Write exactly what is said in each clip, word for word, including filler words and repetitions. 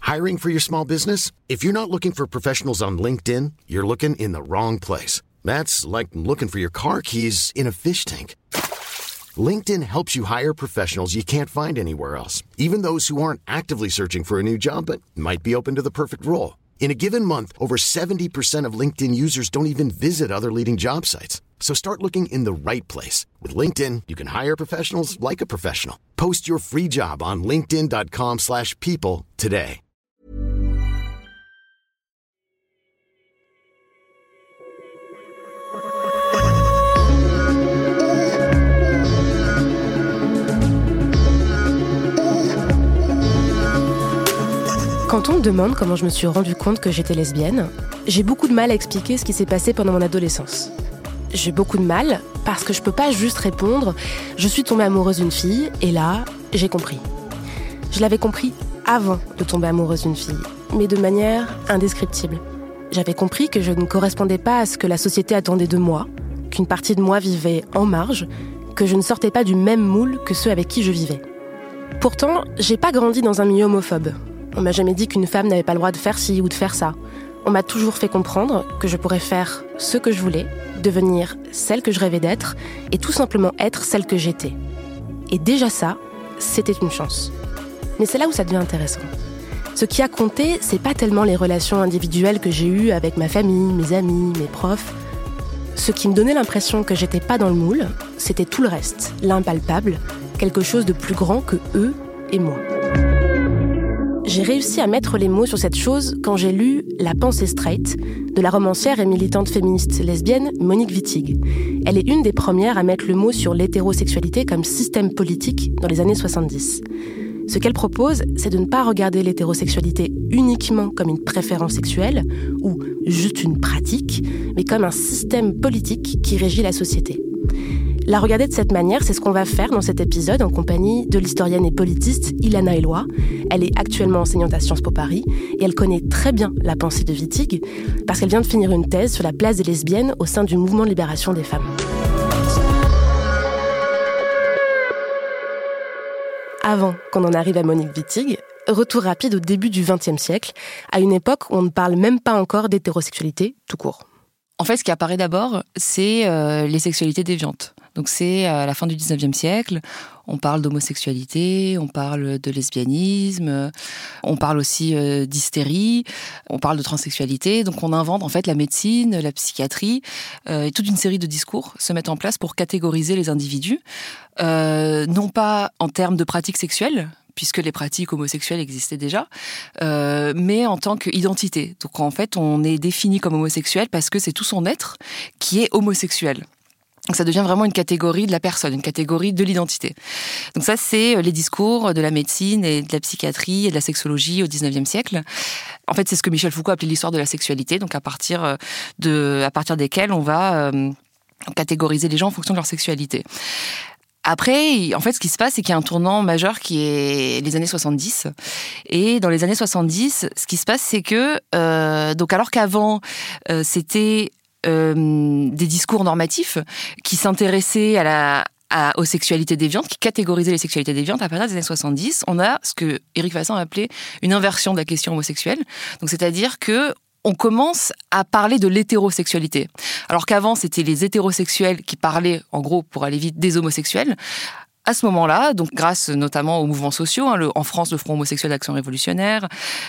Hiring for your small business? If you're not looking for professionals on LinkedIn, you're looking in the wrong place. That's like looking for your car keys in a fish tank. LinkedIn helps you hire professionals you can't find anywhere else, even those who aren't actively searching for a new job but might be open to the perfect role. In a given month, over seventy percent of LinkedIn users don't even visit other leading job sites. So start looking in the right place. With LinkedIn, you can hire professionals like a professional. Post your free job on linkedin.com slash people today. Quand on me demande comment je me suis rendu compte que j'étais lesbienne, j'ai beaucoup de mal à expliquer ce qui s'est passé pendant mon adolescence. J'ai beaucoup de mal parce que je peux pas juste répondre « je suis tombée amoureuse d'une fille » et là, j'ai compris. Je l'avais compris avant de tomber amoureuse d'une fille, mais de manière indescriptible. J'avais compris que je ne correspondais pas à ce que la société attendait de moi, qu'une partie de moi vivait en marge, que je ne sortais pas du même moule que ceux avec qui je vivais. Pourtant, j'ai pas grandi dans un milieu homophobe. On m'a jamais dit qu'une femme n'avait pas le droit de faire ci ou de faire ça. On m'a toujours fait comprendre que je pourrais faire ce que je voulais, devenir celle que je rêvais d'être et tout simplement être celle que j'étais. Et déjà ça, c'était une chance. Mais c'est là où ça devient intéressant. Ce qui a compté, c'est pas tellement les relations individuelles que j'ai eues avec ma famille, mes amis, mes profs. Ce qui me donnait l'impression que j'étais pas dans le moule, c'était tout le reste, l'impalpable, quelque chose de plus grand que eux et moi. J'ai réussi à mettre les mots sur cette chose quand j'ai lu La pensée straight de la romancière et militante féministe lesbienne Monique Wittig. Elle est une des premières à mettre le mot sur l'hétérosexualité comme système politique dans les années soixante-dix. Ce qu'elle propose, c'est de ne pas regarder l'hétérosexualité uniquement comme une préférence sexuelle ou juste une pratique, mais comme un système politique qui régit la société. La regarder de cette manière, c'est ce qu'on va faire dans cet épisode en compagnie de l'historienne et politiste Ilana Eloi. Elle est actuellement enseignante à Sciences Po Paris et elle connaît très bien la pensée de Wittig parce qu'elle vient de finir une thèse sur la place des lesbiennes au sein du mouvement de libération des femmes. Avant qu'on en arrive à Monique Wittig, retour rapide au début du vingtième siècle, à une époque où on ne parle même pas encore d'hétérosexualité tout court. En fait, ce qui apparaît d'abord, c'est euh, les sexualités déviantes. Donc c'est à la fin du dix-neuvième siècle, on parle d'homosexualité, on parle de lesbianisme, on parle aussi euh, d'hystérie, on parle de transsexualité. Donc on invente en fait la médecine, la psychiatrie, euh, et toute une série de discours se mettent en place pour catégoriser les individus, euh, non pas en termes de pratiques sexuelles, puisque les pratiques homosexuelles existaient déjà, euh, mais en tant qu'identité. Donc en fait, on est défini comme homosexuel parce que c'est tout son être qui est homosexuel. Donc ça devient vraiment une catégorie de la personne, une catégorie de l'identité. Donc ça, c'est les discours de la médecine et de la psychiatrie et de la sexologie au dix-neuvième siècle. En fait, c'est ce que Michel Foucault appelait l'histoire de la sexualité, donc à partir, de, à partir desquelles on va euh, catégoriser les gens en fonction de leur sexualité. Après, en fait, ce qui se passe, c'est qu'il y a un tournant majeur qui est les années soixante-dix. Et dans les années soixante-dix, ce qui se passe, c'est que, euh, donc alors qu'avant, euh, c'était euh, des discours normatifs qui s'intéressaient à la, à, aux sexualités déviantes, qui catégorisaient les sexualités déviantes, à partir des années soixante-dix, on a ce que Éric Vassin a appelé une inversion de la question homosexuelle. Donc, c'est-à-dire que on commence à parler de l'hétérosexualité. Alors qu'avant, c'était les hétérosexuels qui parlaient, en gros, pour aller vite, des homosexuels. À ce moment-là, donc grâce notamment aux mouvements sociaux, hein, le, en France, le Front homosexuel d'Action révolutionnaire,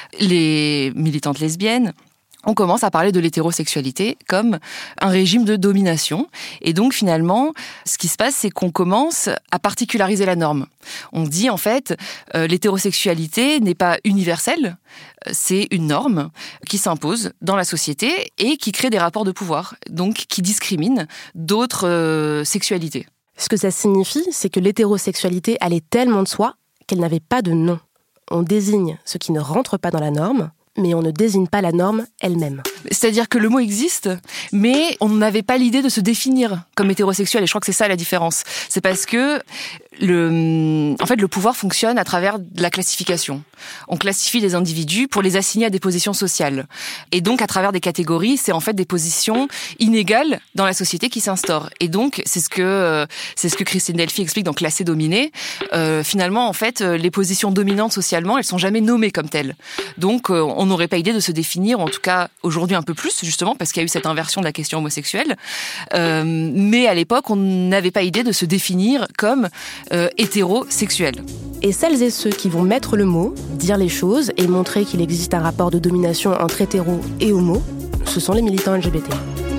les militantes lesbiennes, on commence à parler de l'hétérosexualité comme un régime de domination. Et donc, finalement, ce qui se passe, c'est qu'on commence à particulariser la norme. On dit, en fait, euh, l'hétérosexualité n'est pas universelle, c'est une norme qui s'impose dans la société et qui crée des rapports de pouvoir, donc qui discrimine d'autres euh, sexualités. Ce que ça signifie, c'est que l'hétérosexualité allait tellement de soi qu'elle n'avait pas de nom. On désigne ce qui ne rentre pas dans la norme, mais on ne désigne pas la norme elle-même. C'est-à-dire que le mot existe, mais on n'avait pas l'idée de se définir comme hétérosexuel. Et je crois que c'est ça la différence. C'est parce que le, en fait, le pouvoir fonctionne à travers la classification. On classifie les individus pour les assigner à des positions sociales. Et donc, à travers des catégories, c'est en fait des positions inégales dans la société qui s'instaurent. Et donc, c'est ce que, c'est ce que Christine Delphi explique dans Classé dominé. Euh, finalement, en fait, les positions dominantes socialement, elles sont jamais nommées comme telles. Donc, on n'aurait pas idée de se définir, en tout cas, aujourd'hui un peu plus, justement, parce qu'il y a eu cette inversion de la question homosexuelle. Euh, mais à l'époque, on n'avait pas idée de se définir comme euh, hétérosexuel. Et celles et ceux qui vont mettre le mot, dire les choses et montrer qu'il existe un rapport de domination entre hétéros et homo, ce sont les militants L G B T.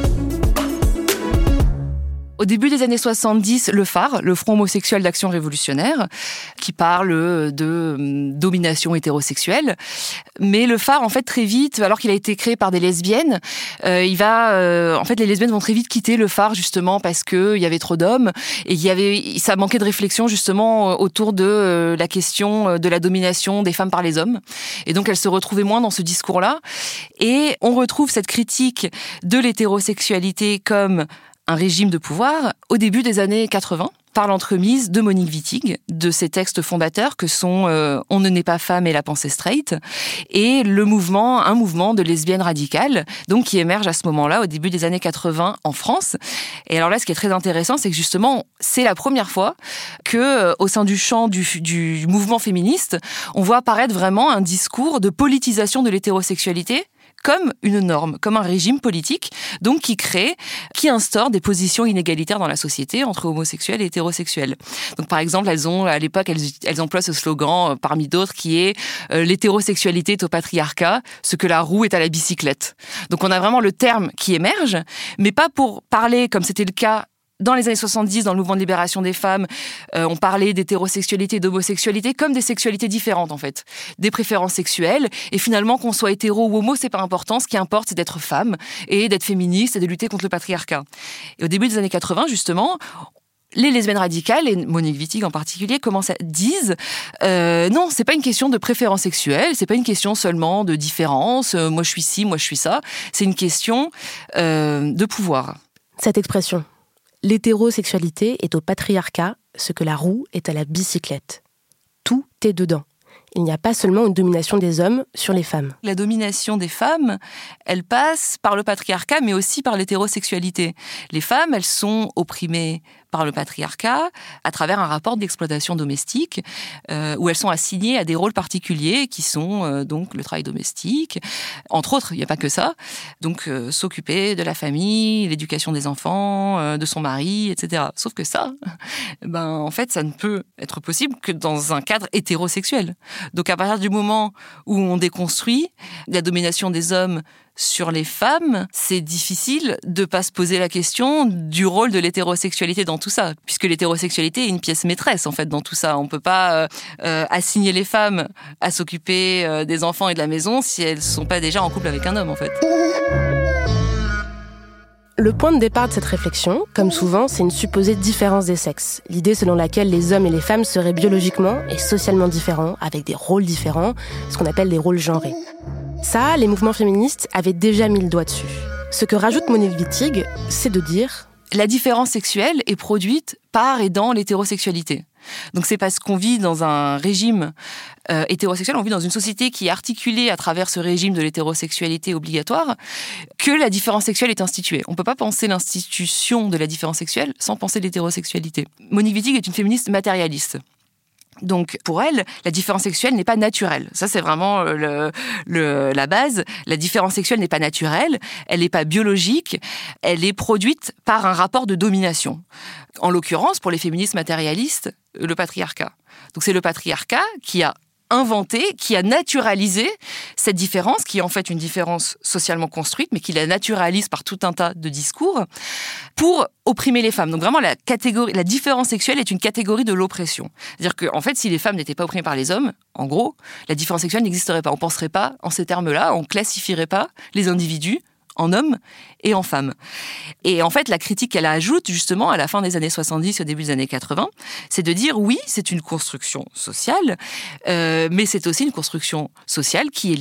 Au début des années soixante-dix, le phare, le Front homosexuel d'action révolutionnaire, qui parle de domination hétérosexuelle. Mais le phare, en fait, très vite, alors qu'il a été créé par des lesbiennes, euh, il va, euh, en fait, les lesbiennes vont très vite quitter le phare, justement, parce que il y avait trop d'hommes et il y avait, ça manquait de réflexion, justement, autour de euh, la question de la domination des femmes par les hommes. Et donc, elles se retrouvaient moins dans ce discours-là. Et on retrouve cette critique de l'hétérosexualité comme un régime de pouvoir au début des années quatre-vingts, par l'entremise de Monique Wittig, de ses textes fondateurs que sont euh, « On ne naît pas femme et la pensée straight » et le mouvement, un mouvement de lesbiennes radicales, donc qui émerge à ce moment-là, au début des années quatre-vingts en France. Et alors là, ce qui est très intéressant, c'est que justement, c'est la première fois que, euh, au sein du champ du, du mouvement féministe, on voit apparaître vraiment un discours de politisation de l'hétérosexualité comme une norme, comme un régime politique, donc qui crée, qui instaure des positions inégalitaires dans la société entre homosexuels et hétérosexuels. Donc par exemple, elles ont, à l'époque, elles, elles emploient ce slogan, euh, parmi d'autres, qui est euh, « L'hétérosexualité est au patriarcat, ce que la roue est à la bicyclette ». Donc on a vraiment le terme qui émerge, mais pas pour parler, comme c'était le cas dans les années soixante-dix, dans le mouvement de libération des femmes, euh, on parlait d'hétérosexualité et d'homosexualité comme des sexualités différentes, en fait. Des préférences sexuelles. Et finalement, qu'on soit hétéro ou homo, c'est pas important. Ce qui importe, c'est d'être femme et d'être féministe et de lutter contre le patriarcat. Et au début des années quatre-vingts, justement, les lesbiennes radicales, et Monique Wittig en particulier, commencent à disent euh, non, c'est pas une question de préférence sexuelle, c'est pas une question seulement de différence, euh, moi je suis ci, moi je suis ça, c'est une question euh, de pouvoir. Cette expression, l'hétérosexualité est au patriarcat, ce que la roue est à la bicyclette. Tout est dedans. Il n'y a pas seulement une domination des hommes sur les femmes. La domination des femmes, elle passe par le patriarcat, mais aussi par l'hétérosexualité. Les femmes, elles sont opprimées par le patriarcat à travers un rapport d'exploitation domestique euh, où elles sont assignées à des rôles particuliers qui sont euh, donc le travail domestique, entre autres, il n'y a pas que ça, donc euh, s'occuper de la famille, l'éducation des enfants, euh, de son mari, et cetera. Sauf que ça, ben en fait, ça ne peut être possible que dans un cadre hétérosexuel. Donc à partir du moment où on déconstruit la domination des hommes sur les femmes, c'est difficile de pas se poser la question du rôle de l'hétérosexualité dans tout ça, puisque l'hétérosexualité est une pièce maîtresse en fait dans tout ça. On peut pas euh, euh, assigner les femmes à s'occuper euh, des enfants et de la maison si elles sont pas déjà en couple avec un homme en fait. Le point de départ de cette réflexion, comme souvent, c'est une supposée différence des sexes. L'idée selon laquelle les hommes et les femmes seraient biologiquement et socialement différents, avec des rôles différents, ce qu'on appelle des rôles genrés. Ça, les mouvements féministes avaient déjà mis le doigt dessus. Ce que rajoute Monique Wittig, c'est de dire... La différence sexuelle est produite par et dans l'hétérosexualité. Donc c'est parce qu'on vit dans un régime euh, hétérosexuel, on vit dans une société qui est articulée à travers ce régime de l'hétérosexualité obligatoire, que la différence sexuelle est instituée. On ne peut pas penser l'institution de la différence sexuelle sans penser l'hétérosexualité. Monique Wittig est une féministe matérialiste. Donc, pour elle, la différence sexuelle n'est pas naturelle. Ça, c'est vraiment le, le, la base. La différence sexuelle n'est pas naturelle, elle n'est pas biologique, elle est produite par un rapport de domination. En l'occurrence, pour les féministes matérialistes, le patriarcat. Donc, c'est le patriarcat qui a inventé, qui a naturalisé cette différence, qui est en fait une différence socialement construite, mais qui la naturalise par tout un tas de discours, pour opprimer les femmes. Donc vraiment, la catégorie, la différence sexuelle est une catégorie de l'oppression. C'est-à-dire qu'en en fait, si les femmes n'étaient pas opprimées par les hommes, en gros, la différence sexuelle n'existerait pas. On ne penserait pas en ces termes-là, on ne classifierait pas les individus en hommes et en femmes. Et en fait, la critique qu'elle ajoute, justement, à la fin des années soixante-dix et au début des années quatre-vingts, c'est de dire, oui, c'est une construction sociale, euh, mais c'est aussi une construction sociale qui est liée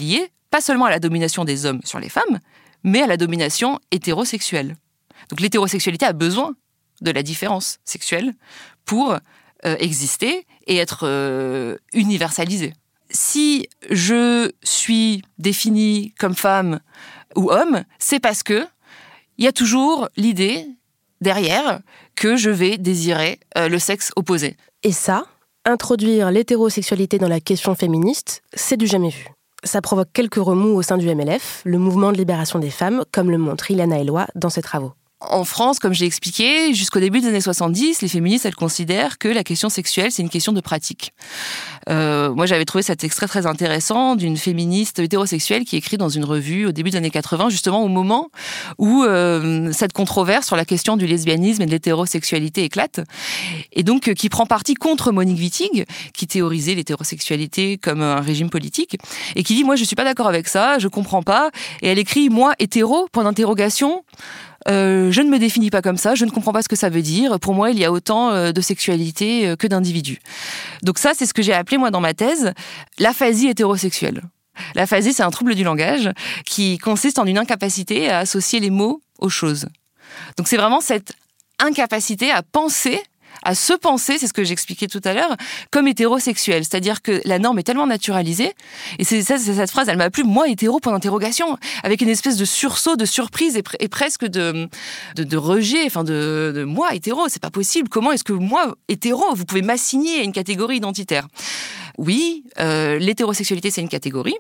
pas seulement à la domination des hommes sur les femmes, mais à la domination hétérosexuelle. Donc l'hétérosexualité a besoin de la différence sexuelle pour euh, exister et être euh, universalisée. Si je suis définie comme femme ou homme, c'est parce que il y a toujours l'idée derrière que je vais désirer euh, le sexe opposé. Et ça, introduire l'hétérosexualité dans la question féministe, c'est du jamais vu. Ça provoque quelques remous au sein du M L F, le mouvement de libération des femmes, comme le montre Ilana Eloi dans ses travaux. En France, comme je l'ai expliqué, jusqu'au début des années soixante-dix, les féministes, elles considèrent que la question sexuelle, c'est une question de pratique. Euh, moi, j'avais trouvé cet extrait très intéressant d'une féministe hétérosexuelle qui écrit dans une revue au début des années quatre-vingts, justement au moment où euh, cette controverse sur la question du lesbianisme et de l'hétérosexualité éclate, et donc euh, qui prend parti contre Monique Wittig, qui théorisait l'hétérosexualité comme un régime politique, et qui dit « Moi, je suis pas d'accord avec ça, je comprends pas », et elle écrit « Moi, hétéro, point d'interrogation ». Euh, je ne me définis pas comme ça, je ne comprends pas ce que ça veut dire. Pour moi, il y a autant euh, de sexualité euh, que d'individus. Donc ça, c'est ce que j'ai appelé, moi, dans ma thèse, l'aphasie hétérosexuelle. L'aphasie, c'est un trouble du langage qui consiste en une incapacité à associer les mots aux choses. Donc c'est vraiment cette incapacité à penser, à se penser, c'est ce que j'expliquais tout à l'heure, comme hétérosexuel. C'est-à-dire que la norme est tellement naturalisée, et c'est, c'est, c'est cette phrase, elle m'a plu, moi hétéro, point d'interrogation, avec une espèce de sursaut, de surprise et, et presque de, de, de rejet, enfin de, de moi hétéro, c'est pas possible. Comment est-ce que moi hétéro, vous pouvez m'assigner à une catégorie identitaire ? Oui, euh, l'hétérosexualité c'est une catégorie.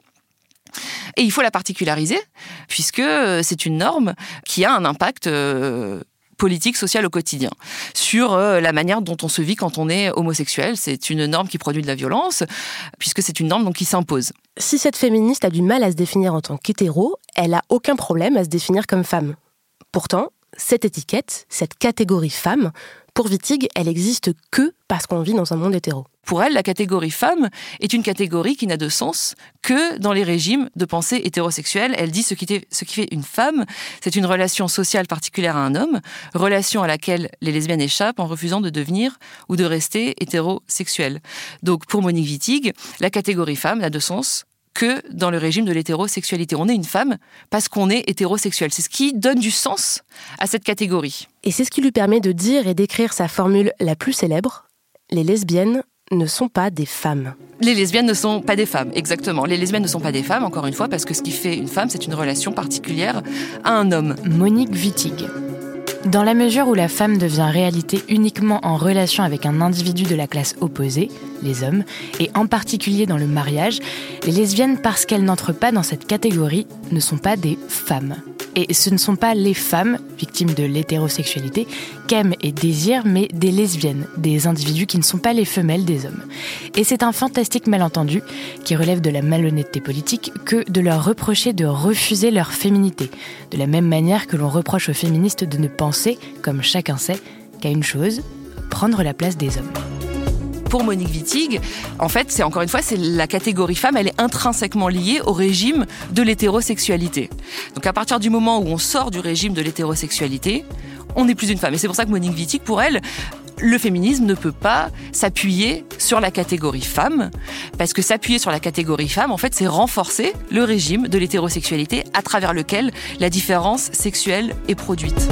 Et il faut la particulariser, puisque c'est une norme qui a un impact euh, politique, sociale au quotidien, sur euh, la manière dont on se vit quand on est homosexuel. C'est une norme qui produit de la violence, puisque c'est une norme donc, qui s'impose. Si cette féministe a du mal à se définir en tant qu'hétéro, elle a aucun problème à se définir comme femme. Pourtant, cette étiquette, cette catégorie femme, pour Wittig, elle existe que parce qu'on vit dans un monde hétéro. Pour elle, la catégorie femme est une catégorie qui n'a de sens que dans les régimes de pensée hétérosexuelle. Elle dit ce qui, est, ce qui fait une femme, c'est une relation sociale particulière à un homme, relation à laquelle les lesbiennes échappent en refusant de devenir ou de rester hétérosexuelles. Donc pour Monique Wittig, la catégorie femme n'a de sens que dans le régime de l'hétérosexualité. On est une femme parce qu'on est hétérosexuel. C'est ce qui donne du sens à cette catégorie. Et c'est ce qui lui permet de dire et d'écrire sa formule la plus célèbre, « Les lesbiennes ne sont pas des femmes ». Les lesbiennes ne sont pas des femmes, exactement. Les lesbiennes ne sont pas des femmes, encore une fois, parce que ce qui fait une femme, c'est une relation particulière à un homme. Monique Wittig. Dans la mesure où la femme devient réalité uniquement en relation avec un individu de la classe opposée, les hommes, et en particulier dans le mariage, les lesbiennes, parce qu'elles n'entrent pas dans cette catégorie, ne sont pas des femmes. Et ce ne sont pas les femmes, victimes de l'hétérosexualité, qu'aiment et désirent, mais des lesbiennes, des individus qui ne sont pas les femelles des hommes. Et c'est un fantastique malentendu qui relève de la malhonnêteté politique que de leur reprocher de refuser leur féminité, de la même manière que l'on reproche aux féministes de ne penser, comme chacun sait, qu'à une chose, prendre la place des hommes. Pour Monique Wittig, en fait, c'est encore une fois, c'est la catégorie femme, elle est intrinsèquement liée au régime de l'hétérosexualité. Donc à partir du moment où on sort du régime de l'hétérosexualité, on n'est plus une femme. Et c'est pour ça que Monique Wittig, pour elle, le féminisme ne peut pas s'appuyer sur la catégorie femme, parce que s'appuyer sur la catégorie femme, en fait, c'est renforcer le régime de l'hétérosexualité à travers lequel la différence sexuelle est produite.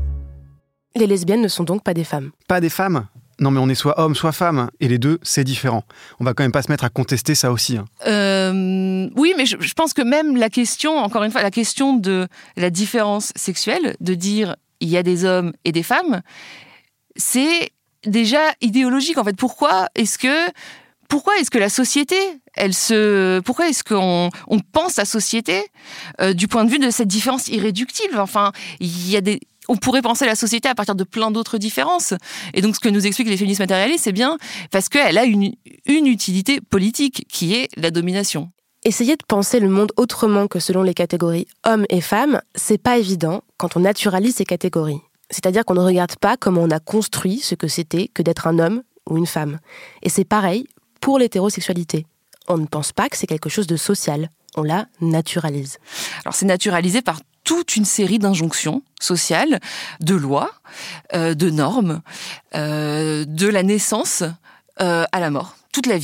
Les lesbiennes ne sont donc pas des femmes. Pas des femmes ? Non, mais on est soit homme, soit femme, et les deux, c'est différent. On va quand même pas se mettre à contester ça aussi. Hein. Euh, oui, mais je, je pense que même la question, encore une fois, la question de la différence sexuelle, de dire il y a des hommes et des femmes, c'est déjà idéologique. En fait, pourquoi est-ce que pourquoi est-ce que la société, elle se, pourquoi est-ce qu'on on pense la société euh, du point de vue de cette différence irréductible ? Enfin, il y a des On pourrait penser la société à partir de plein d'autres différences. Et donc, ce que nous expliquent les féministes matérialistes, c'est bien parce qu'elle a une, une utilité politique qui est la domination. Essayer de penser le monde autrement que selon les catégories hommes et femmes, c'est pas évident quand on naturalise ces catégories. C'est-à-dire qu'on ne regarde pas comment on a construit ce que c'était que d'être un homme ou une femme. Et c'est pareil pour l'hétérosexualité. On ne pense pas que c'est quelque chose de social. On la naturalise. Alors, c'est naturalisé par toute une série d'injonctions sociales, de lois, euh, de normes, euh, de la naissance euh, à la mort, toute la vie.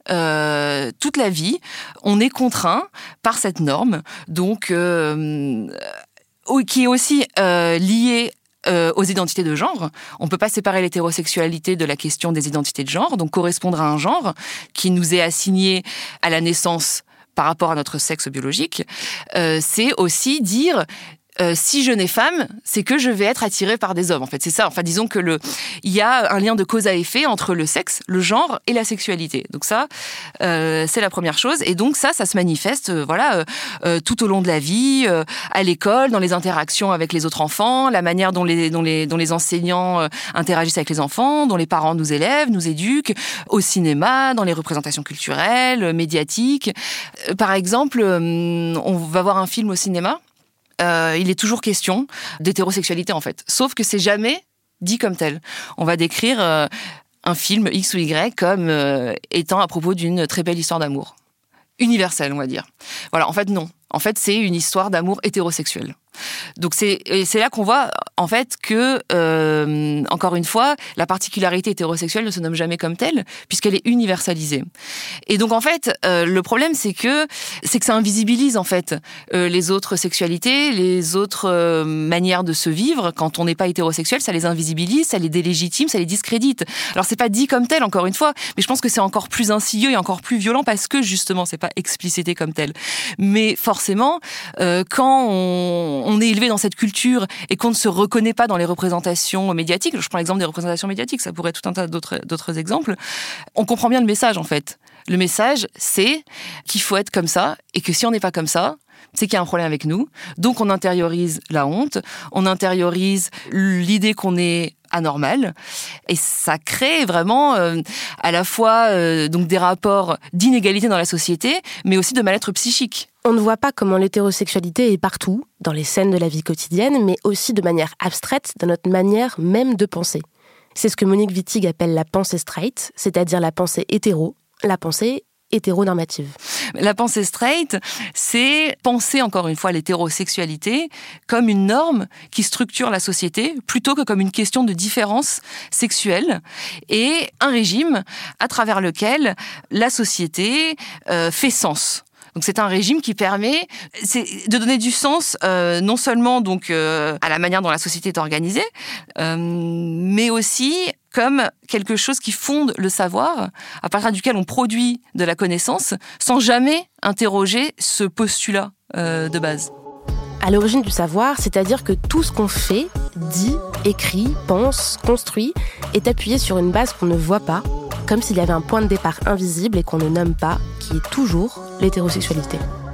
euh, toute la vie, on est contraint par cette norme, donc euh, qui est aussi euh, liée Euh, aux identités de genre. On ne peut pas séparer l'hétérosexualité de la question des identités de genre, donc correspondre à un genre qui nous est assigné à la naissance par rapport à notre sexe biologique, euh, c'est aussi dire Euh, si je nais femme, c'est que je vais être attirée par des hommes. En fait, c'est ça. Enfin, disons que le, il y a un lien de cause à effet entre le sexe, le genre et la sexualité. Donc ça, euh, c'est la première chose. Et donc ça, ça se manifeste, euh, voilà, euh, euh, tout au long de la vie, euh, à l'école, dans les interactions avec les autres enfants, la manière dont les, dont les, dont les enseignants euh, interagissent avec les enfants, dont les parents nous élèvent, nous éduquent, au cinéma, dans les représentations culturelles, euh, médiatiques. Euh, par exemple, euh, on va voir un film au cinéma. Euh, il est toujours question d'hétérosexualité, en fait. Sauf que c'est jamais dit comme tel. On va décrire euh, un film X ou Y comme euh, étant à propos d'une très belle histoire d'amour. Universelle, on va dire. Voilà, en fait, non. En fait, c'est une histoire d'amour hétérosexuel. Donc c'est, c'est là qu'on voit en fait que, euh, encore une fois, la particularité hétérosexuelle ne se nomme jamais comme telle, puisqu'elle est universalisée. Et donc en fait, euh, le problème c'est que c'est que ça invisibilise en fait euh, les autres sexualités, les autres euh, manières de se vivre. Quand on n'est pas hétérosexuel, ça les invisibilise, ça les délégitime, ça les discrédite. Alors c'est pas dit comme tel, encore une fois, mais je pense que c'est encore plus insidieux et encore plus violent parce que justement c'est pas explicité comme tel. Mais forcément, euh, quand on on est élevé dans cette culture et qu'on ne se reconnaît pas dans les représentations médiatiques, je prends l'exemple des représentations médiatiques, ça pourrait être tout un tas d'autres, d'autres exemples, on comprend bien le message en fait. Le message, c'est qu'il faut être comme ça et que si on n'est pas comme ça, c'est qu'il y a un problème avec nous. Donc on intériorise la honte, on intériorise l'idée qu'on est anormal et ça crée vraiment euh, à la fois euh, donc des rapports d'inégalité dans la société, mais aussi de mal-être psychique. On ne voit pas comment l'hétérosexualité est partout, dans les scènes de la vie quotidienne, mais aussi de manière abstraite dans notre manière même de penser. C'est ce que Monique Wittig appelle la pensée straight, c'est-à-dire la pensée hétéro, la pensée hétéronormative. La pensée straight, c'est penser encore une fois l'hétérosexualité comme une norme qui structure la société plutôt que comme une question de différence sexuelle et un régime à travers lequel la société euh, fait sens. Donc c'est un régime qui permet c'est de donner du sens euh, non seulement donc euh, à la manière dont la société est organisée, euh, mais aussi comme quelque chose qui fonde le savoir, à partir duquel on produit de la connaissance, sans jamais interroger ce postulat euh, de base. À l'origine du savoir, c'est-à-dire que tout ce qu'on fait, dit, écrit, pense, construit, est appuyé sur une base qu'on ne voit pas, comme s'il y avait un point de départ invisible et qu'on ne nomme pas, qui est toujours l'hétérosexualité.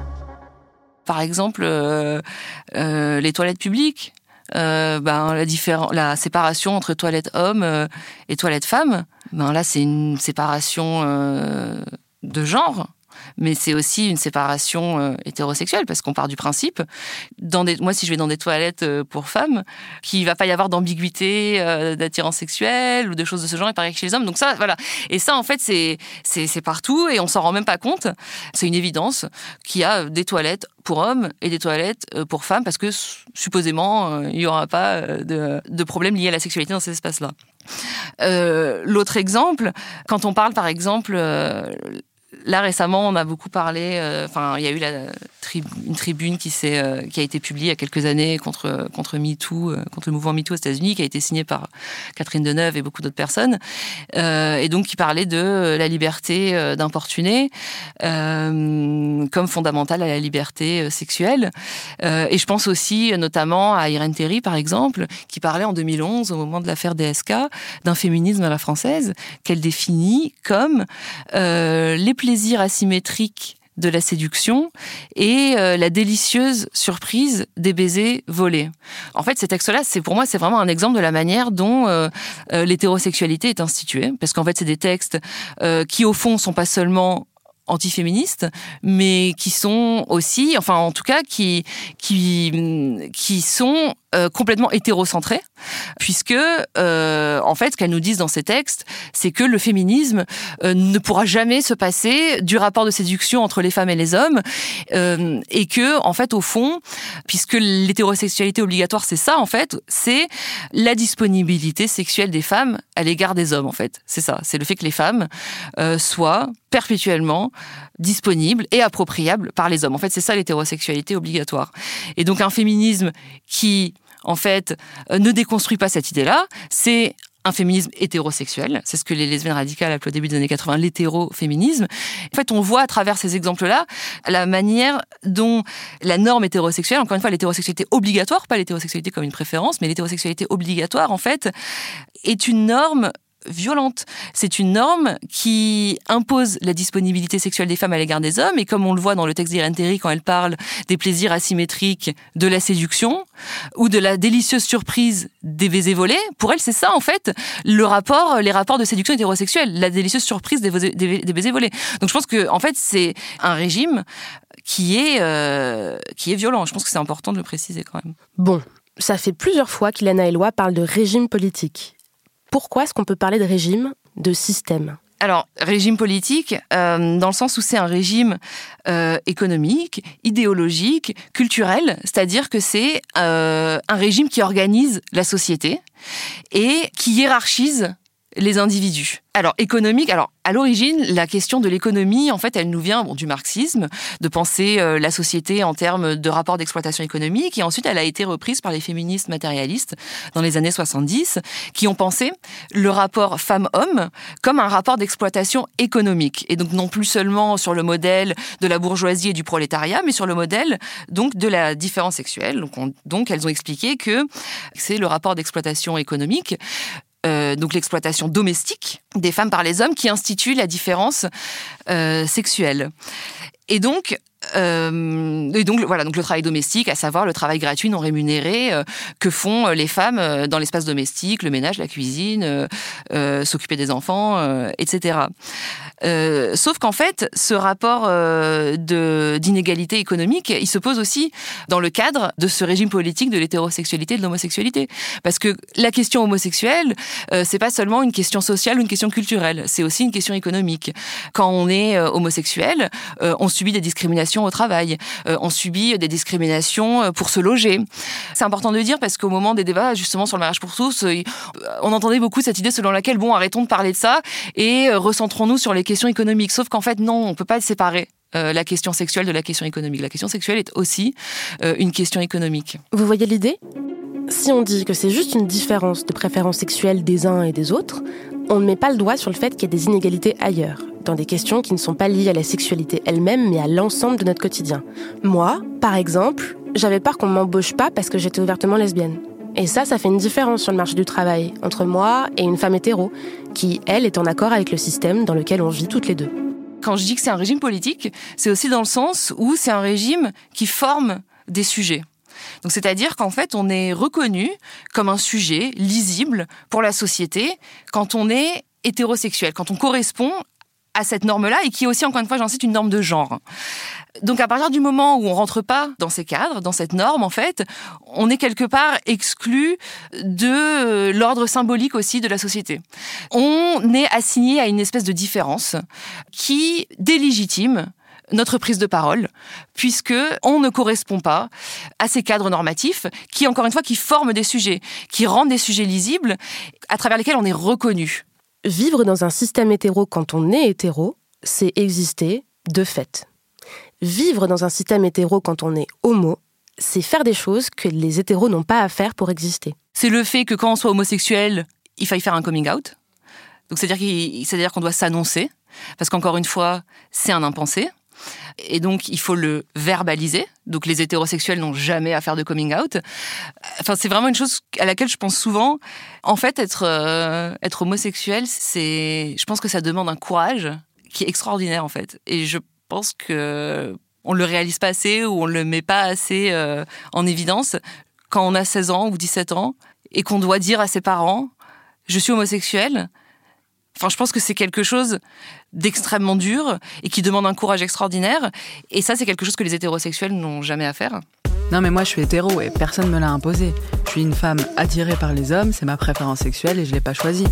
Par exemple, euh, euh, les toilettes publiques, euh, ben, la, différen- la séparation entre toilettes hommes euh, et toilettes femmes, ben, là c'est une séparation euh, de genre. Mais c'est aussi une séparation euh, hétérosexuelle, parce qu'on part du principe, dans des, moi si je vais dans des toilettes euh, pour femmes, qu'il ne va pas y avoir d'ambiguïté, euh, d'attirance sexuelle ou de choses de ce genre, et pareil que chez les hommes. Donc ça, voilà. Et ça, en fait, c'est, c'est, c'est partout et on s'en rend même pas compte. C'est une évidence qu'il y a des toilettes pour hommes et des toilettes euh, pour femmes, parce que supposément, euh, il n'y aura pas de, de problème lié à la sexualité dans ces espaces-là. Euh, l'autre exemple, quand on parle par exemple... Euh, Là, récemment, on a beaucoup parlé... Enfin, euh, il y a eu la, tri- une tribune qui, s'est, euh, qui a été publiée il y a quelques années contre, contre MeToo, euh, contre le mouvement MeToo aux États-Unis, qui a été signée par Catherine Deneuve et beaucoup d'autres personnes, euh, et donc qui parlait de la liberté euh, d'importuner euh, comme fondamentale à la liberté euh, sexuelle. Euh, et je pense aussi notamment à Irène Théry, par exemple, qui parlait en deux mille onze, au moment de l'affaire D S K, d'un féminisme à la française, qu'elle définit comme euh, les plaisirs asymétriques de la séduction et euh, la délicieuse surprise des baisers volés. En fait, ces textes-là, c'est, pour moi, c'est vraiment un exemple de la manière dont euh, euh, l'hétérosexualité est instituée, parce qu'en fait, c'est des textes euh, qui, au fond, sont pas seulement antiféministes, mais qui sont aussi, enfin, en tout cas, qui, qui, qui sont euh, complètement hétérocentrée, puisque, euh, en fait, ce qu'elles nous disent dans ces textes, c'est que le féminisme euh, ne pourra jamais se passer du rapport de séduction entre les femmes et les hommes, euh, et que, en fait, au fond, puisque l'hétérosexualité obligatoire, c'est ça, en fait, c'est la disponibilité sexuelle des femmes à l'égard des hommes, en fait. C'est ça, c'est le fait que les femmes euh, soient perpétuellement disponibles et appropriables par les hommes. En fait, c'est ça l'hétérosexualité obligatoire. Et donc, un féminisme qui, en fait, euh, ne déconstruit pas cette idée-là, c'est un féminisme hétérosexuel. C'est ce que les lesbiennes radicales appellent au début des années quatre-vingts l'hétéroféminisme. En fait, on voit à travers ces exemples-là la manière dont la norme hétérosexuelle, encore une fois, l'hétérosexualité obligatoire, pas l'hétérosexualité comme une préférence, mais l'hétérosexualité obligatoire, en fait, est une norme violente. C'est une norme qui impose la disponibilité sexuelle des femmes à l'égard des hommes, et comme on le voit dans le texte d'Irène Théry quand elle parle des plaisirs asymétriques de la séduction ou de la délicieuse surprise des baisers volés, pour elle c'est ça en fait le rapport, les rapports de séduction hétérosexuelle, la délicieuse surprise des, des, des baisers volés. Donc je pense que en fait c'est un régime qui est euh, qui est violent. Je pense que c'est important de le préciser quand même. Bon, ça fait plusieurs fois qu'Ilana Eloi parle de régime politique. Pourquoi est-ce qu'on peut parler de régime, de système ? Alors, régime politique, euh, dans le sens où c'est un régime euh, économique, idéologique, culturel, c'est-à-dire que c'est euh, un régime qui organise la société et qui hiérarchise les individus. Alors, économique, alors à l'origine, la question de l'économie, en fait, elle nous vient bon, du marxisme, de penser euh, la société en termes de rapport d'exploitation économique, et ensuite elle a été reprise par les féministes matérialistes dans les années soixante-dix, qui ont pensé le rapport femme-homme comme un rapport d'exploitation économique, et donc non plus seulement sur le modèle de la bourgeoisie et du prolétariat, mais sur le modèle donc de la différence sexuelle. Donc, on, donc elles ont expliqué que c'est le rapport d'exploitation économique, Euh, donc l'exploitation domestique des femmes par les hommes qui institue la différence euh, sexuelle. Et donc, euh, et donc, voilà, donc le travail domestique, à savoir le travail gratuit non rémunéré euh, que font les femmes euh, dans l'espace domestique, le ménage, la cuisine, euh, euh, s'occuper des enfants, euh, et cetera. Euh, sauf qu'en fait, ce rapport euh, de, d'inégalité économique, il se pose aussi dans le cadre de ce régime politique de l'hétérosexualité et de l'homosexualité. Parce que la question homosexuelle, euh, c'est pas seulement une question sociale ou une question culturelle, c'est aussi une question économique. Quand on est euh, homosexuel, euh, on subit des discriminations au travail, euh, on subit des discriminations pour se loger. C'est important de le dire parce qu'au moment des débats, justement, sur le mariage pour tous, euh, on entendait beaucoup cette idée selon laquelle, bon, arrêtons de parler de ça et euh, recentrons-nous sur les questions économiques. Sauf qu'en fait, non, on ne peut pas séparer euh, la question sexuelle de la question économique. La question sexuelle est aussi euh, une question économique. Vous voyez l'idée ? Si on dit que c'est juste une différence de préférence sexuelle des uns et des autres, on ne met pas le doigt sur le fait qu'il y a des inégalités ailleurs, dans des questions qui ne sont pas liées à la sexualité elle-même, mais à l'ensemble de notre quotidien. Moi, par exemple, j'avais peur qu'on ne m'embauche pas parce que j'étais ouvertement lesbienne. Et ça, ça fait une différence sur le marché du travail, entre moi et une femme hétéro, qui, elle, est en accord avec le système dans lequel on vit toutes les deux. Quand je dis que c'est un régime politique, c'est aussi dans le sens où c'est un régime qui forme des sujets. Donc, c'est-à-dire qu'en fait, on est reconnu comme un sujet lisible pour la société quand on est hétérosexuel, quand on correspond à cette norme-là, et qui est aussi, encore une fois, j'insiste, une norme de genre. Donc, à partir du moment où on rentre pas dans ces cadres, dans cette norme, en fait, on est quelque part exclu de l'ordre symbolique aussi de la société. On est assigné à une espèce de différence qui délégitime notre prise de parole, puisque on ne correspond pas à ces cadres normatifs qui, encore une fois, qui forment des sujets, qui rendent des sujets lisibles, à travers lesquels on est reconnu. Vivre dans un système hétéro quand on est hétéro, c'est exister de fait. Vivre dans un système hétéro quand on est homo, c'est faire des choses que les hétéros n'ont pas à faire pour exister. C'est le fait que quand on soit homosexuel, il faille faire un coming out. Donc c'est-à-dire, qu'il, c'est-à-dire qu'on doit s'annoncer, parce qu'encore une fois, c'est un impensé. Et donc, il faut le verbaliser. Donc, les hétérosexuels n'ont jamais à faire de coming out. Enfin, c'est vraiment une chose à laquelle je pense souvent. En fait, être, euh, être homosexuel, c'est, je pense que ça demande un courage qui est extraordinaire, en fait. Et je pense que on le réalise pas assez ou on le met pas assez euh, en évidence quand on a seize ans ou dix-sept ans et qu'on doit dire à ses parents « je suis homosexuel ». Enfin, je pense que c'est quelque chose d'extrêmement dur et qui demande un courage extraordinaire. Et ça, c'est quelque chose que les hétérosexuels n'ont jamais à faire. Non mais moi je suis hétéro et personne me l'a imposé. Je suis une femme attirée par les hommes, c'est ma préférence sexuelle et je l'ai pas choisie.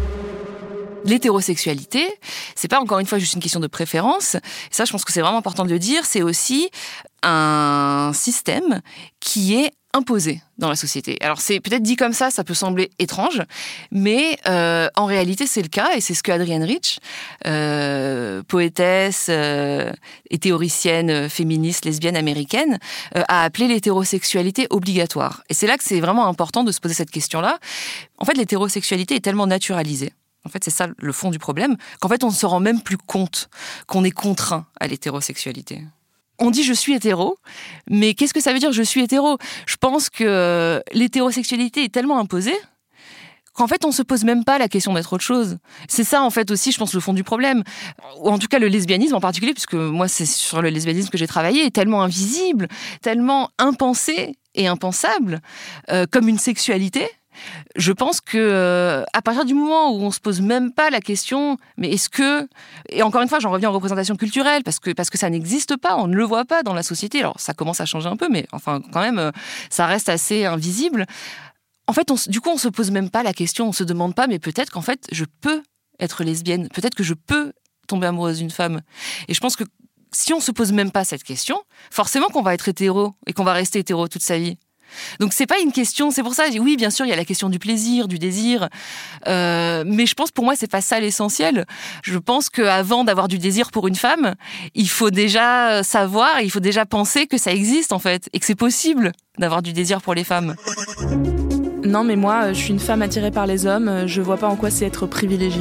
L'hétérosexualité, c'est pas encore une fois juste une question de préférence. Et ça, je pense que c'est vraiment important de le dire. C'est aussi un système qui est imposé dans la société. Alors c'est peut-être dit comme ça, ça peut sembler étrange, mais euh, en réalité c'est le cas et c'est ce que Adrienne Rich, euh, poétesse euh, et théoricienne féministe lesbienne américaine, euh, a appelé l'hétérosexualité obligatoire. Et c'est là que c'est vraiment important de se poser cette question-là. En fait, l'hétérosexualité est tellement naturalisée. En fait, c'est ça le fond du problème, qu'en fait on ne se rend même plus compte qu'on est contraint à l'hétérosexualité. On dit « je suis hétéro », mais qu'est-ce que ça veut dire « je suis hétéro » ? Je pense que l'hétérosexualité est tellement imposée qu'en fait, on se pose même pas la question d'être autre chose. C'est ça, en fait, aussi, je pense, le fond du problème. Ou en tout cas, le lesbianisme en particulier, puisque moi, c'est sur le lesbianisme que j'ai travaillé, est tellement invisible, tellement impensé et impensable, euh, comme une sexualité. Je pense que euh, à partir du moment où on se pose même pas la question, mais est-ce que, et encore une fois, j'en reviens aux représentations culturelles, parce que parce que ça n'existe pas, on ne le voit pas dans la société. Alors ça commence à changer un peu, mais enfin quand même, euh, ça reste assez invisible. En fait, on, du coup, on se pose même pas la question, on se demande pas, mais peut-être qu'en fait, je peux être lesbienne, peut-être que je peux tomber amoureuse d'une femme. Et je pense que si on se pose même pas cette question, forcément qu'on va être hétéro et qu'on va rester hétéro toute sa vie. Donc c'est pas une question, c'est pour ça, oui bien sûr il y a la question du plaisir, du désir, euh, mais je pense pour moi c'est pas ça l'essentiel. Je pense qu'avant d'avoir du désir pour une femme, il faut déjà savoir, il faut déjà penser que ça existe en fait, et que c'est possible d'avoir du désir pour les femmes. Non mais moi je suis une femme attirée par les hommes, je vois pas en quoi c'est être privilégiée.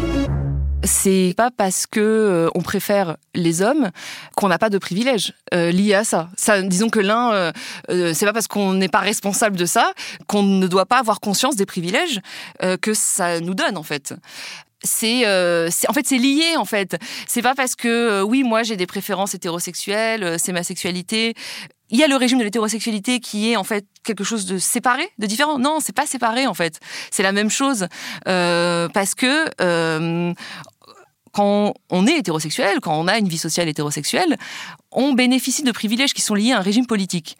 C'est pas parce que euh, on préfère les hommes qu'on n'a pas de privilèges euh, liés à ça. ça. Disons que l'un, euh, euh, c'est pas parce qu'on n'est pas responsable de ça qu'on ne doit pas avoir conscience des privilèges euh, que ça nous donne en fait. C'est, euh, c'est en fait c'est lié en fait. C'est pas parce que euh, oui moi j'ai des préférences hétérosexuelles, euh, c'est ma sexualité. Il y a le régime de l'hétérosexualité qui est en fait quelque chose de séparé, de différent. Non, c'est pas séparé en fait. C'est la même chose euh, parce que euh, quand on est hétérosexuel, quand on a une vie sociale hétérosexuelle, on bénéficie de privilèges qui sont liés à un régime politique.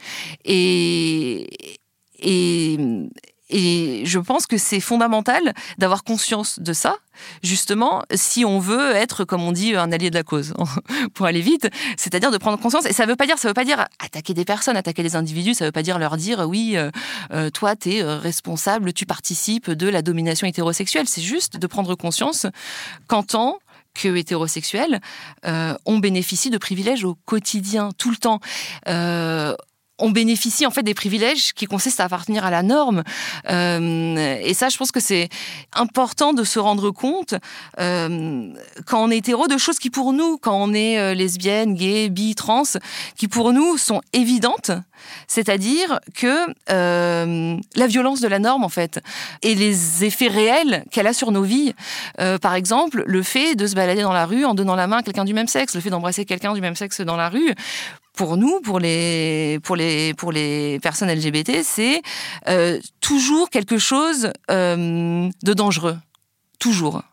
Et et Et je pense que c'est fondamental d'avoir conscience de ça, justement, si on veut être, comme on dit, un allié de la cause, pour aller vite, c'est-à-dire de prendre conscience. Et ça veut pas dire, ça veut pas dire attaquer des personnes, attaquer des individus, ça veut pas dire leur dire, oui, euh, toi, t'es responsable, tu participes de la domination hétérosexuelle. C'est juste de prendre conscience qu'en tant que hétérosexuels, euh, on bénéficie de privilèges au quotidien, tout le temps. Euh, on bénéficie en fait des privilèges qui consistent à appartenir à la norme. Euh, et ça, je pense que c'est important de se rendre compte euh, quand on est hétéro de choses qui pour nous, quand on est euh, lesbienne, gay, bi, trans, qui pour nous sont évidentes. C'est-à-dire que euh, la violence de la norme, en fait, et les effets réels qu'elle a sur nos vies. Euh, par exemple, le fait de se balader dans la rue en donnant la main à quelqu'un du même sexe, le fait d'embrasser quelqu'un du même sexe dans la rue, pour nous, pour les, pour les, pour les personnes L G B T, c'est euh, toujours quelque chose euh, de dangereux. Toujours.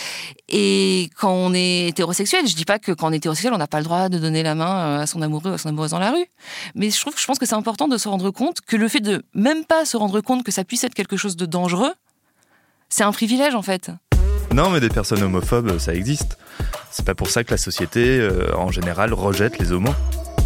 Et quand on est hétérosexuel, je dis pas que quand on est hétérosexuel, on n'a pas le droit de donner la main à son amoureux ou à son amoureuse dans la rue. Mais je trouve, je pense que c'est important de se rendre compte que le fait de même pas se rendre compte que ça puisse être quelque chose de dangereux, c'est un privilège en fait. Non, mais des personnes homophobes, ça existe. C'est pas pour ça que la société, euh, en général, rejette les homos.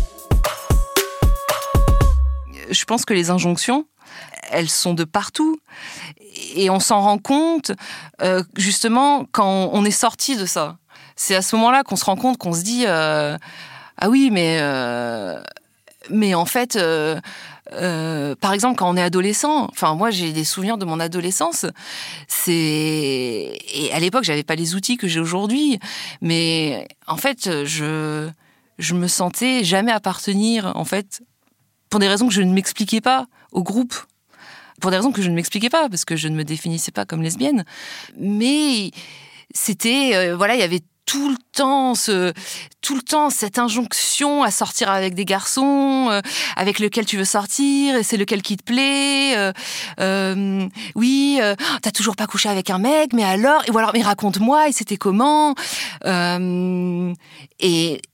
Je pense que les injonctions, elles sont de partout. Et on s'en rend compte, euh, justement, quand on est sorti de ça. C'est à ce moment-là qu'on se rend compte, qu'on se dit euh, « Ah oui, mais, euh, mais en fait, euh, euh, par exemple, quand on est adolescent, enfin moi j'ai des souvenirs de mon adolescence, c'est... Et à l'époque, j'avais pas les outils que j'ai aujourd'hui, mais en fait, je, je me sentais jamais appartenir, en fait, pour des raisons que je ne m'expliquais pas au groupe. Pour des raisons que je ne m'expliquais pas, parce que je ne me définissais pas comme lesbienne. Mais c'était... Euh, voilà, il y avait tout le temps ce, tout le temps cette injonction à sortir avec des garçons euh, avec lequel tu veux sortir, et c'est lequel qui te plaît. Euh, euh, oui, euh, t'as toujours pas couché avec un mec, mais alors... Ou alors, mais raconte-moi, et c'était comment euh, et...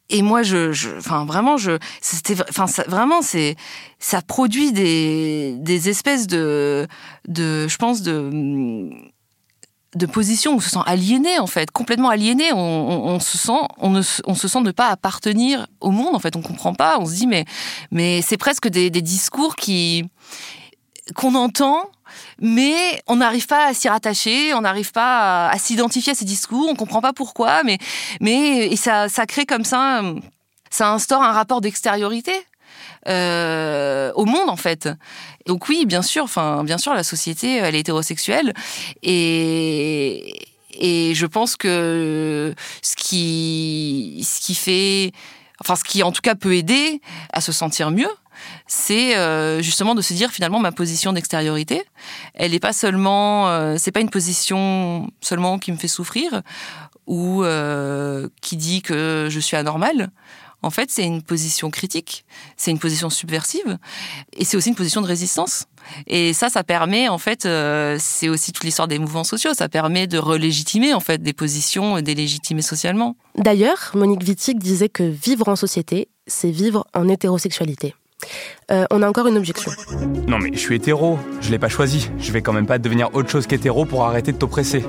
Et moi, je, je, enfin vraiment, je, c'était, enfin ça, vraiment, c'est, ça produit des, des espèces de, de, je pense de, de positions où on se sent aliéné en fait, complètement aliéné. On, on, on se sent, on, ne, on se sent ne pas appartenir au monde en fait. On comprend pas. On se dit mais, mais c'est presque des, des discours qui, qu'on entend. Mais on n'arrive pas à s'y rattacher, on n'arrive pas à, à s'identifier à ces discours, on comprend pas pourquoi, mais, mais et ça, ça crée comme ça, ça instaure un rapport d'extériorité euh, au monde en fait. Donc oui, bien sûr, enfin bien sûr, la société elle est hétérosexuelle et et je pense que ce qui ce qui fait, enfin ce qui en tout cas peut aider à se sentir mieux. C'est euh, justement de se dire finalement ma position d'extériorité, elle n'est pas seulement, euh, c'est pas une position seulement qui me fait souffrir ou euh, qui dit que je suis anormale. En fait, c'est une position critique, c'est une position subversive et c'est aussi une position de résistance. Et ça, ça permet en fait, euh, c'est aussi toute l'histoire des mouvements sociaux, ça permet de relégitimer en fait des positions délégitimées socialement. D'ailleurs, Monique Wittig disait que vivre en société, c'est vivre en hétérosexualité. Euh, on a encore une objection. Non mais je suis hétéro, je l'ai pas choisi. Je vais quand même pas devenir autre chose qu'hétéro pour arrêter de t'oppresser.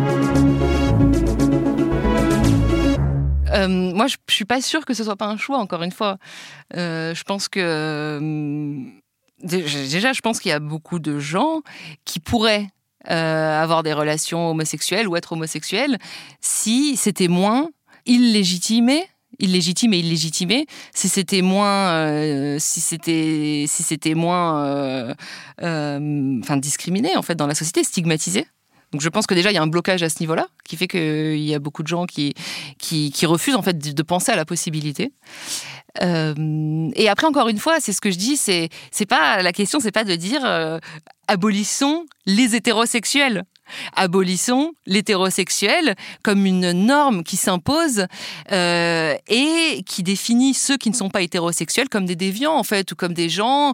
Euh, moi, je, je suis pas sûre que ce soit pas un choix, encore une fois. Euh, je pense que... Euh, déjà, je pense qu'il y a beaucoup de gens qui pourraient euh, avoir des relations homosexuelles ou être homosexuels si c'était moins illégitimé illégitime et illégitimé, si c'était moins, euh, si c'était, si c'était moins, euh, euh, enfin discriminé en fait dans la société, stigmatisé. Donc je pense que déjà il y a un blocage à ce niveau-là qui fait qu'il y a beaucoup de gens qui qui, qui refusent en fait de, de penser à la possibilité. Euh, et après encore une fois, c'est ce que je dis, c'est c'est pas la question, c'est pas de dire euh, abolissons les hétérosexuels. Abolissons l'hétérosexuel comme une norme qui s'impose euh, et qui définit ceux qui ne sont pas hétérosexuels comme des déviants en fait ou comme des gens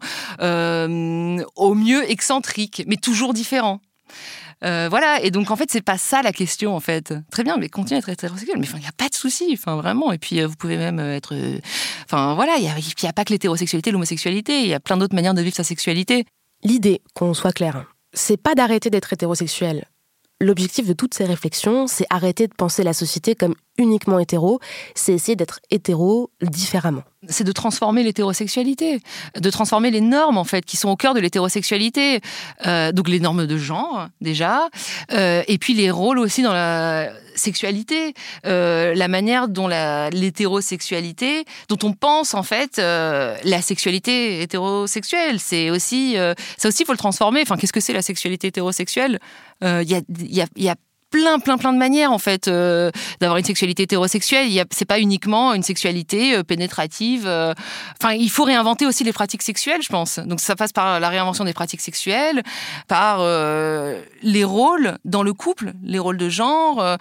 euh, au mieux excentriques mais toujours différents. Euh, voilà, et donc en fait c'est pas ça la question en fait. Très bien, mais continuez à être hétérosexuel, mais il n'y a pas de souci, enfin vraiment. Et puis euh, vous pouvez même être, enfin euh, voilà, il n'y a, a pas que l'hétérosexualité, l'homosexualité, il y a plein d'autres manières de vivre sa sexualité. L'idée, qu'on soit clair, c'est pas d'arrêter d'être hétérosexuel. L'objectif de toutes ces réflexions, c'est arrêter de penser la société comme uniquement hétéro, c'est essayer d'être hétéro différemment. C'est de transformer l'hétérosexualité, de transformer les normes en fait qui sont au cœur de l'hétérosexualité. Euh, donc les normes de genre déjà, euh, et puis les rôles aussi dans la sexualité, euh, la manière dont la, l'hétérosexualité, dont on pense en fait euh, la sexualité hétérosexuelle, c'est aussi, euh, ça aussi il faut le transformer. Enfin, qu'est-ce que c'est la sexualité hétérosexuelle ? Il euh, y a, il y a, il y a plein, plein, plein de manières, en fait, euh, d'avoir une sexualité hétérosexuelle. Il y a, c'est pas uniquement une sexualité euh, pénétrative. Euh, enfin, il faut réinventer aussi les pratiques sexuelles, je pense. Donc, ça passe par la réinvention des pratiques sexuelles, par euh, les rôles dans le couple, les rôles de genre, euh,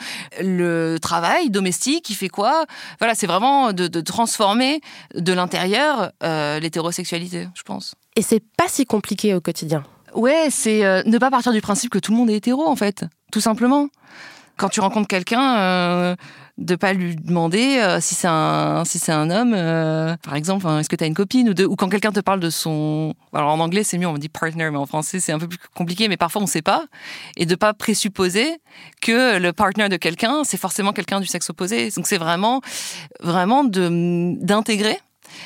le travail domestique, qui fait quoi. Voilà, c'est vraiment de, de transformer de l'intérieur euh, l'hétérosexualité, je pense. Et c'est pas si compliqué au quotidien. Ouais, c'est euh, ne pas partir du principe que tout le monde est hétéro, en fait, tout simplement. Quand tu rencontres quelqu'un, euh, de pas lui demander euh, si c'est un si c'est un homme, euh, par exemple, hein, est-ce que t'as une copine ou de, ou quand quelqu'un te parle de son, alors en anglais c'est mieux, on dit partner, mais en français c'est un peu plus compliqué, mais parfois on sait pas, et de pas présupposer que le partner de quelqu'un c'est forcément quelqu'un du sexe opposé. Donc c'est vraiment vraiment de d'intégrer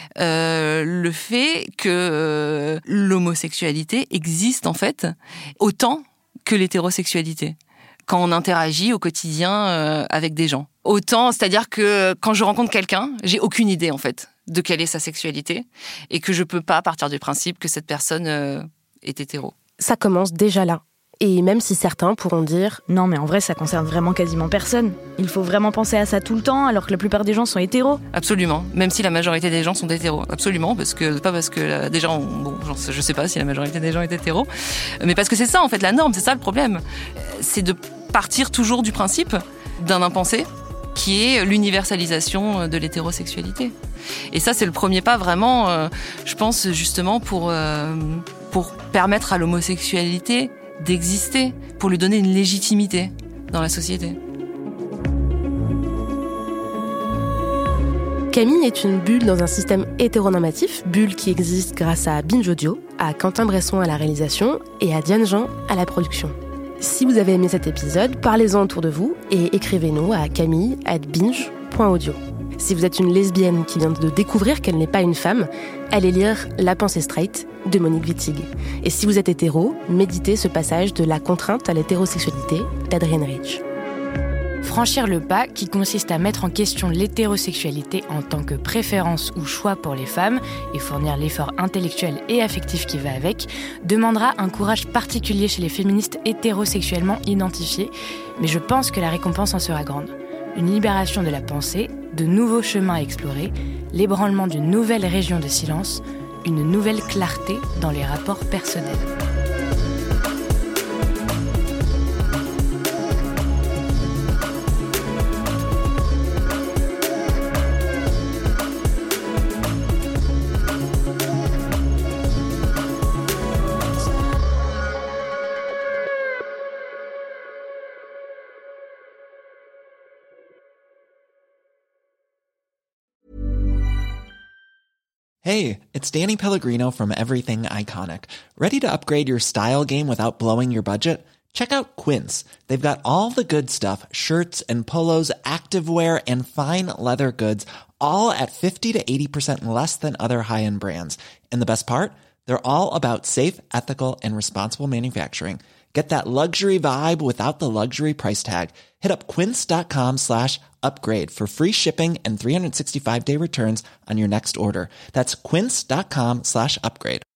Euh, le fait que euh, l'homosexualité existe en fait autant que l'hétérosexualité quand on interagit au quotidien euh, avec des gens. Autant, c'est-à-dire que quand je rencontre quelqu'un, j'ai aucune idée en fait de quelle est sa sexualité et que je peux pas partir du principe que cette personne euh, est hétéro. Ça commence déjà là. Et même si certains pourront dire « Non, mais en vrai, ça concerne vraiment quasiment personne. Il faut vraiment penser à ça tout le temps, alors que la plupart des gens sont hétéros. » Absolument. Même si la majorité des gens sont hétéros. Absolument. Parce que, pas parce que euh, des gens... Bon, je sais pas si la majorité des gens est hétéros. Mais parce que c'est ça, en fait, la norme. C'est ça le problème. C'est de partir toujours du principe d'un impensé qui est l'universalisation de l'hétérosexualité. Et ça, c'est le premier pas vraiment, euh, je pense, justement, pour, euh, pour permettre à l'homosexualité d'exister, pour lui donner une légitimité dans la société. Camille est une bulle dans un système hétéronormatif, bulle qui existe grâce à Binge Audio, à Quentin Bresson à la réalisation et à Diane Jean à la production. Si vous avez aimé cet épisode, parlez-en autour de vous et écrivez-nous à camille arobase binge point audio. Si vous êtes une lesbienne qui vient de découvrir qu'elle n'est pas une femme, allez lire La pensée straight de Monique Wittig. Et si vous êtes hétéro, méditez ce passage de La contrainte à l'hétérosexualité d'Adrienne Rich. Franchir le pas, qui consiste à mettre en question l'hétérosexualité en tant que préférence ou choix pour les femmes et fournir l'effort intellectuel et affectif qui va avec, demandera un courage particulier chez les féministes hétérosexuellement identifiées, mais je pense que la récompense en sera grande. Une libération de la pensée, de nouveaux chemins à explorer, l'ébranlement d'une nouvelle région de silence, une nouvelle clarté dans les rapports personnels. Hey, it's Danny Pellegrino from Everything Iconic. Ready to upgrade your style game without blowing your budget? Check out Quince. They've got all the good stuff, shirts and polos, activewear, and fine leather goods, all at fifty to eighty percent less than other high-end brands. And the best part? They're all about safe, ethical, and responsible manufacturing. Get that luxury vibe without the luxury price tag. Hit up quince.com slash upgrade for free shipping and three sixty-five day returns on your next order. That's quince.com slash upgrade.